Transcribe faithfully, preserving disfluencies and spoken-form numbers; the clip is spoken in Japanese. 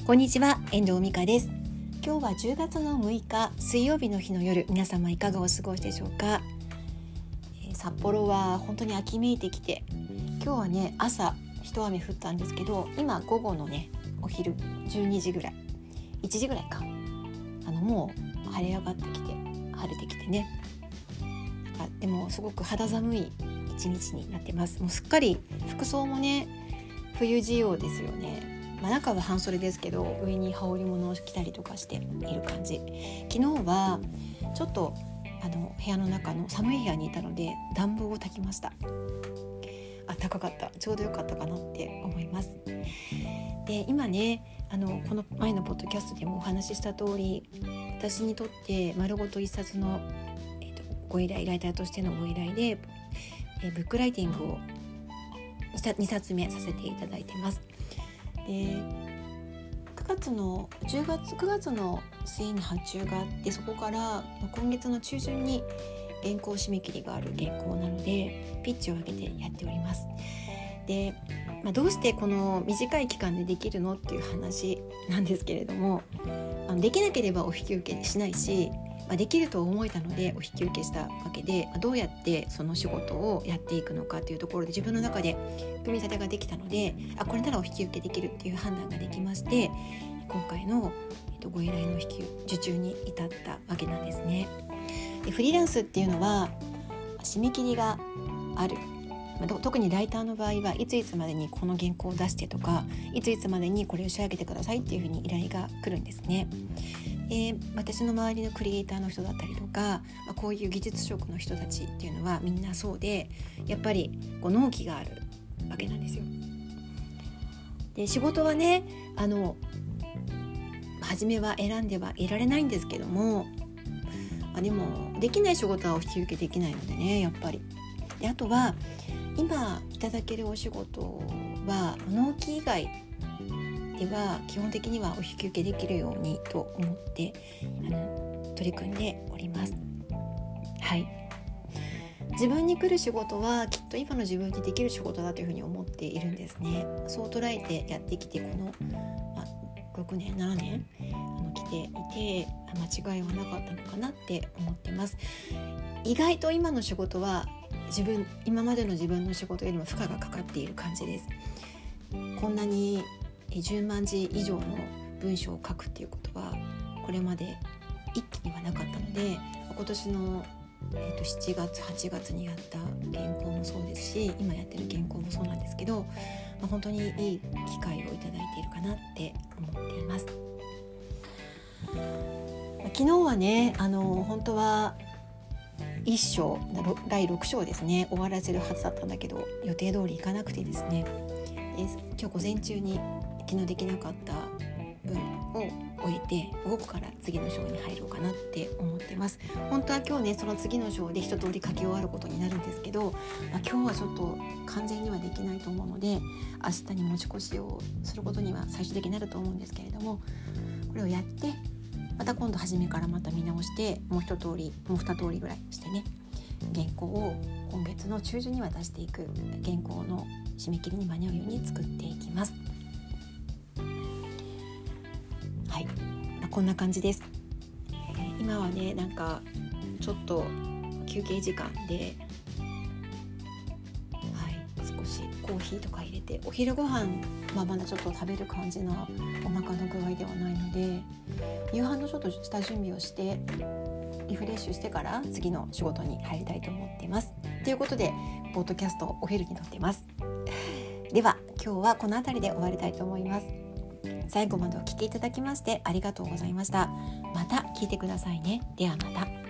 こんにちは、遠藤美香です。今日はじゅうがつのむいか水曜日の日の夜、皆様いかがお過ごしでしょうか。えー、札幌は本当に秋めいてきて、今日はね朝一雨降ったんですけど、今午後のねお昼じゅうにじぐらいいちじぐらいかあのもう晴れ上がってきて晴れてきてね、なんかでもすごく肌寒い一日になってます。もうすっかり服装もね冬仕様ですよね。まあ、中は半袖ですけど上に羽織物を着たりとかしている感じ。昨日はちょっとあの部屋の中の寒い部屋にいたので暖房を焚きました。あったかかった、ちょうどよかったかなって思います。で今ねあのこの前のポッドキャストでもお話しした通り、私にとって丸ごと一冊の、えーと、ご依頼ライターとしてのご依頼で、えー、ブックライティングをにさつめさせていただいてます。でくがつのじゅうがつくがつの末に発注があって、そこから今月の中旬に原稿締め切りがある原稿なのでピッチを上げてやっております。で、まあ、どうしてこの短い期間でできるのっていう話なんですけれども、あのできなければお引き受けしないし、まあ、できると思えたのでお引き受けしたわけで、まあ、どうやってその仕事をやっていくのかというところで自分の中で組み立てができたので、あこれならお引き受けできるっていう判断ができまして、今回の、えっと、ご依頼の引き受注に至ったわけなんですね。でフリーランスっていうのは締め切りがある、まあ、特にライターの場合はいついつまでにこの原稿を出してとか、いついつまでにこれを仕上げてくださいっていうふうに依頼が来るんですね。で私の周りのクリエイターの人だったりとか、まあ、こういう技術職の人たちっていうのはみんなそうで、やっぱりこう納期があるわけなんですよ。で仕事はねあの初めは選んではいられないんですけども、あでもできない仕事はお引き受けできないのでね、やっぱり。であとは今いただけるお仕事は納期以外では基本的にはお引き受けできるようにと思ってあの取り組んでおります。はい。自分に来る仕事はきっと今の自分にできる仕事だというふうに思っているんですね。そう捉えてやってきてこの、まあ、ろくねんななねんあの来ていて間違いはなかったのかなって思ってます。意外と今の仕事は自分今までの自分の仕事よりも負荷がかかっている感じです。こんなにじゅうまんじ以上の文章を書くっていうことはこれまで一気にはなかったので、今年の、えー、としちがつはちがつにやった原稿もそうですし、今やってる原稿もそうなんですけど、まあ、本当にいい機会をいただいているかなって思っています。昨日はねあの本当はいっ章だいろく章ですね終わらせるはずだったんだけど、予定通りいかなくてですね、で今日午前中に昨日できなかった分を終えて午後から次の章に入ろうかなって思ってます。本当は今日ねその次の章で一通り書き終わることになるんですけど、まあ、今日はちょっと完全にはできないと思うので明日に持ち越しをすることには最終的になると思うんですけれども、これをやってまた今度初めからまた見直してもう一通りもう二通りぐらいしてね、原稿を今月の中旬には出していく、原稿の締め切りに間に合うように作っていきます。はい、まあ、こんな感じです。今はねなんかちょっと休憩時間で、はい、少しコーヒーとか入れてお昼ご飯、まあ、まだちょっと食べる感じのお腹の具合ではないので、夕飯のちょっと下準備をしてリフレッシュしてから次の仕事に入りたいと思っています。ということでポッドキャストをお昼に撮っています。では今日はこの辺りで終わりたいと思います。最後までお聞きいただきましてありがとうございました。また聞いてくださいね。ではまた。